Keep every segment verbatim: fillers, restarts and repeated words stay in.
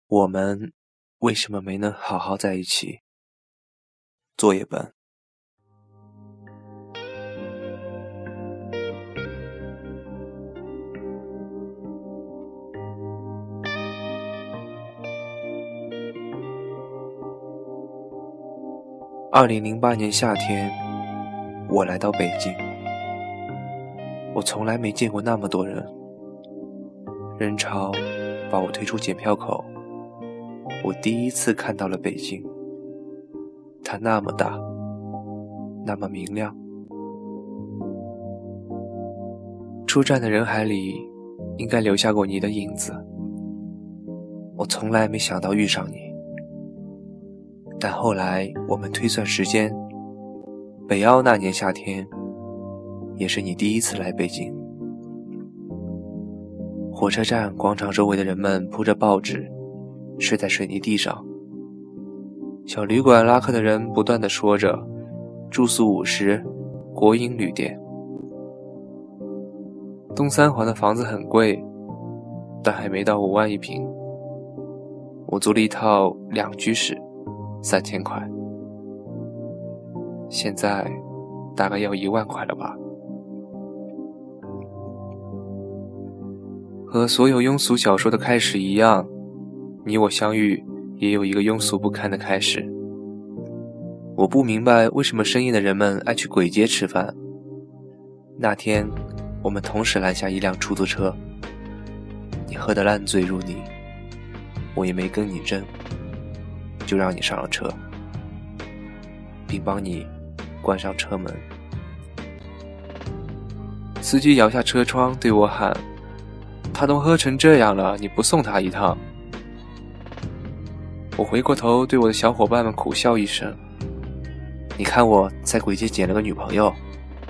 我们为什么没能好好在一起？作业本。二零零八年夏天，我来到北京。我从来没见过那么多人，人潮把我推出检票口。我第一次看到了北京，它那么大，那么明亮。出站的人海里，应该留下过你的影子。我从来没想到遇上你，但后来我们推算时间，北奥那年夏天，也是你第一次来北京。火车站广场周围的人们铺着报纸，睡在水泥地上。小旅馆拉客的人不断地说着住宿五十，国营旅店。东三环的房子很贵，但还没到五万一平。我租了一套两居室，三千块，现在大概要一万块了吧。和所有庸俗小说的开始一样，你我相遇也有一个庸俗不堪的开始。我不明白为什么深夜的人们爱去簋街吃饭。那天我们同时拦下一辆出租车，你喝得烂醉如泥，我也没跟你争，就让你上了车，并帮你关上车门。司机摇下车窗对我喊，他都喝成这样了，你不送他一趟？我回过头对我的小伙伴们苦笑一声，你看我在簋街捡了个女朋友。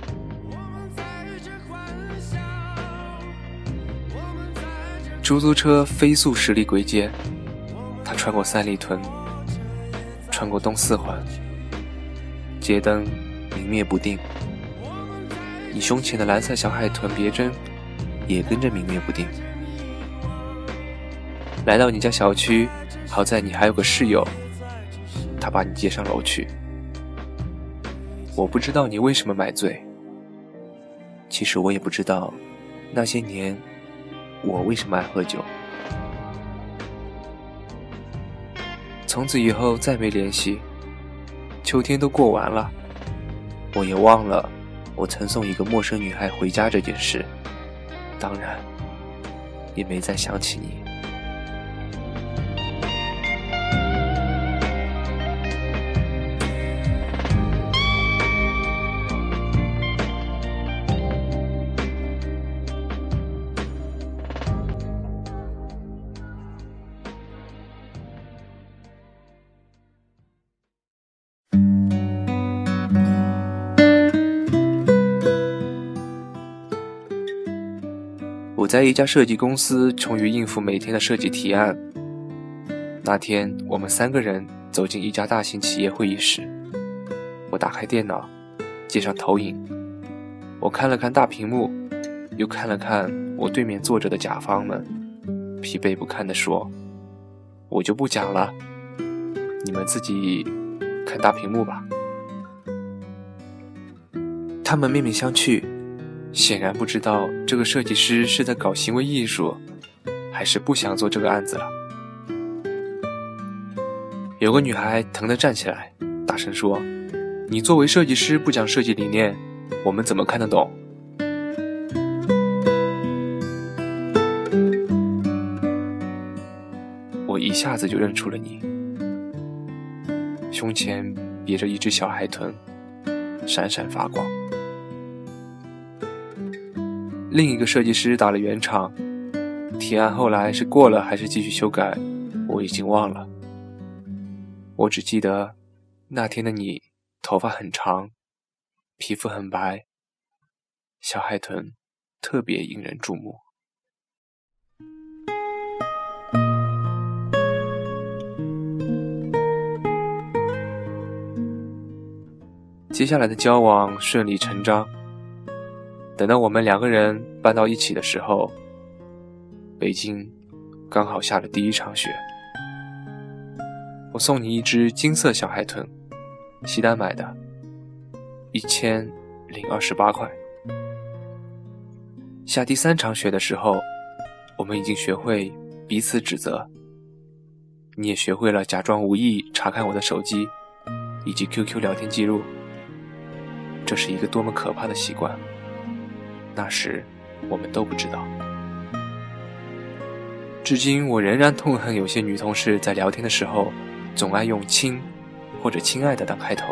出租车飞速驶离簋街，它穿过三里屯，穿过东四环，街灯明灭不定，你胸前的蓝色小海豚别针也跟着明灭不定。来到你家小区，好在你还有个室友，他把你接上楼去。我不知道你为什么买醉，其实我也不知道那些年我为什么爱喝酒。从此以后再没联系，秋天都过完了，我也忘了我曾送一个陌生女孩回家这件事，当然也没再想起你。我在一家设计公司充于应付每天的设计提案。那天我们三个人走进一家大型企业会议室，我打开电脑，接上投影，我看了看大屏幕，又看了看我对面坐着的甲方们，疲惫不堪地说，我就不讲了，你们自己看大屏幕吧。他们面面相觑，显然不知道这个设计师是在搞行为艺术，还是不想做这个案子了。有个女孩疼地站起来，大声说，你作为设计师不讲设计理念，我们怎么看得懂？我一下子就认出了你，胸前别着一只小海豚，闪闪发光。另一个设计师打了圆场，提案后来是过了还是继续修改，我已经忘了。我只记得那天的你头发很长，皮肤很白，小海豚特别引人注目。接下来的交往顺理成章。等到我们两个人搬到一起的时候，北京刚好下了第一场雪。 我送你一只金色小海豚，西单买的，一千零二十八块。下第三场雪的时候，我们已经学会彼此指责，你也学会了假装无意查看我的手机以及 Q Q 聊天记录。这是一个多么可怕的习惯，那时我们都不知道。至今我仍然痛恨有些女同事在聊天的时候总爱用亲或者亲爱的当开头。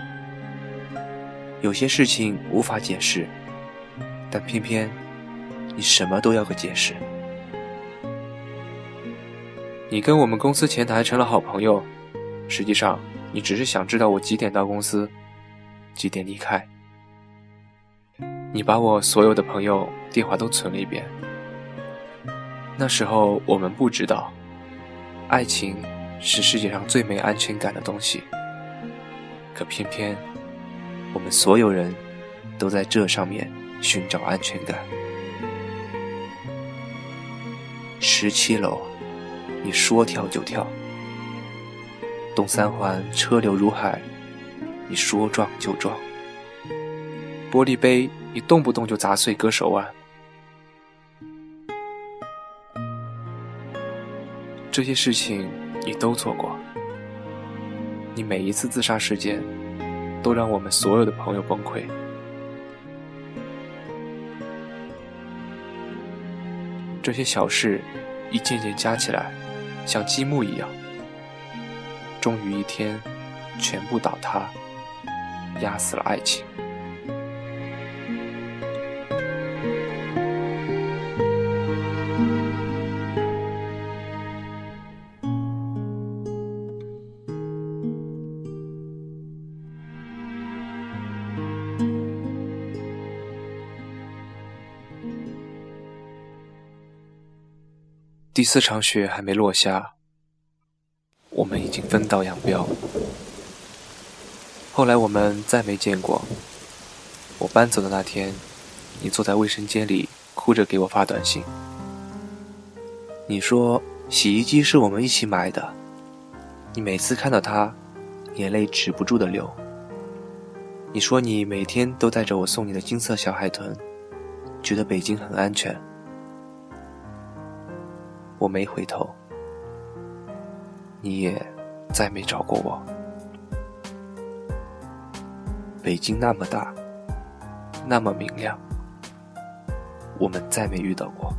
有些事情无法解释，但偏偏你什么都要个解释。你跟我们公司前台成了好朋友，实际上你只是想知道我几点到公司，几点离开。你把我所有的朋友电话都存了一遍。那时候我们不知道，爱情是世界上最没安全感的东西，可偏偏我们所有人都在这上面寻找安全感。十七楼，你说跳就跳；东三环车流如海，你说撞就撞；玻璃杯你动不动就砸碎割手腕。这些事情你都做过，你每一次自杀事件都让我们所有的朋友崩溃。这些小事一件件加起来，像积木一样，终于一天全部倒塌，压死了爱情。第四场雪还没落下，我们已经分道扬镳。后来我们再没见过。我搬走的那天，你坐在卫生间里哭着给我发短信。你说洗衣机是我们一起买的，你每次看到它，眼泪止不住的流。你说你每天都带着我送你的金色小海豚，觉得北京很安全。我没回头，你也再没找过我。北京那么大，那么明亮，我们再没遇到过。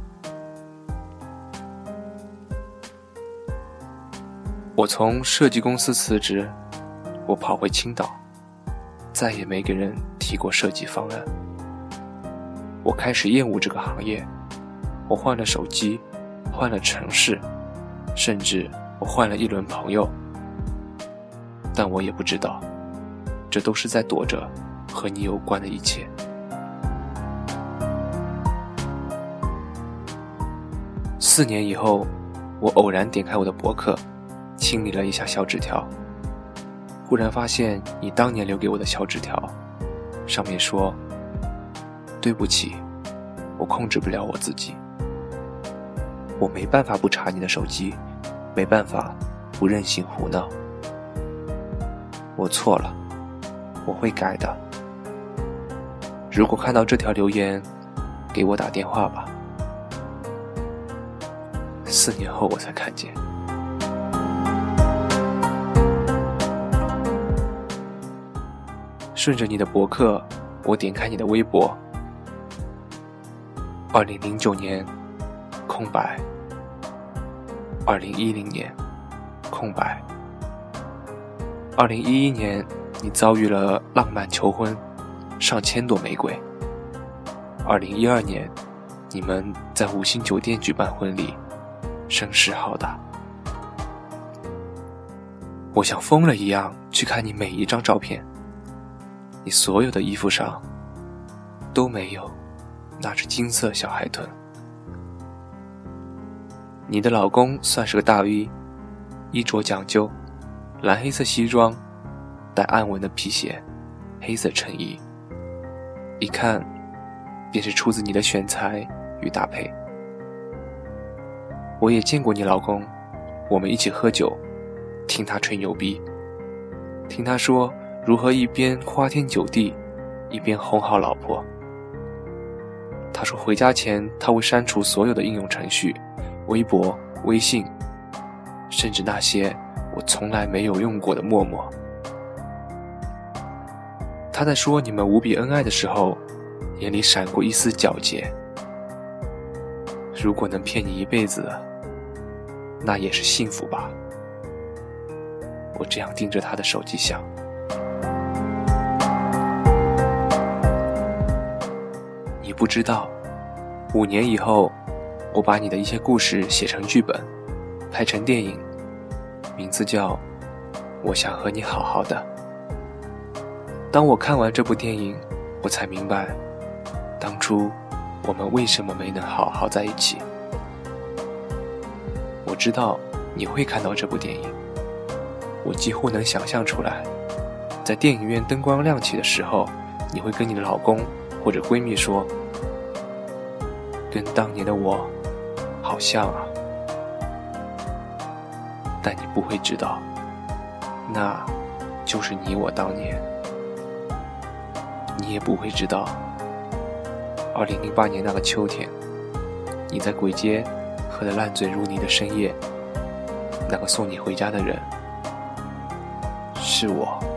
我从设计公司辞职，我跑回青岛，再也没跟人提过设计方案。我开始厌恶这个行业，我换了手机，换了城市，甚至我换了一轮朋友，但我也不知道，这都是在躲着和你有关的一切。四年以后，我偶然点开我的博客，清理了一下小纸条，忽然发现你当年留给我的小纸条，上面说：对不起，我控制不了我自己。我没办法不查你的手机，没办法不任性胡闹。我错了，我会改的。如果看到这条留言，给我打电话吧。四年后我才看见。顺着你的博客，我点开你的微博。二零零九年，空白。二零一零年，空白。二零一一年，你遭遇了浪漫求婚，上千朵玫瑰。二零一二年，你们在五星酒店举办婚礼，声势浩大。我像疯了一样去看你每一张照片，你所有的衣服上都没有那只金色小海豚。你的老公算是个大 V， 衣着讲究，蓝黑色西装，带暗纹的皮鞋，黑色衬衣，一看便是出自你的选材与搭配。我也见过你老公，我们一起喝酒， 听他吹牛逼，听他说如何一边花天酒地，一边哄好老婆。他说回家前他会删除所有的应用程序，微博、微信，甚至那些我从来没有用过的陌陌。他在说你们无比恩爱的时候，眼里闪过一丝皎洁。如果能骗你一辈子，那也是幸福吧。我这样盯着他的手机想。你不知道，五年以后，我把你的一些故事写成剧本，拍成电影，名字叫《我想和你好好的》。当我看完这部电影，我才明白，当初我们为什么没能好好在一起。我知道你会看到这部电影，我几乎能想象出来，在电影院灯光亮起的时候，你会跟你的老公或者闺蜜说，跟当年的我好像啊。但你不会知道，那就是你我当年。你也不会知道，二零零八年那个秋天，你在鬼街喝得烂醉如泥的深夜，那个送你回家的人是我。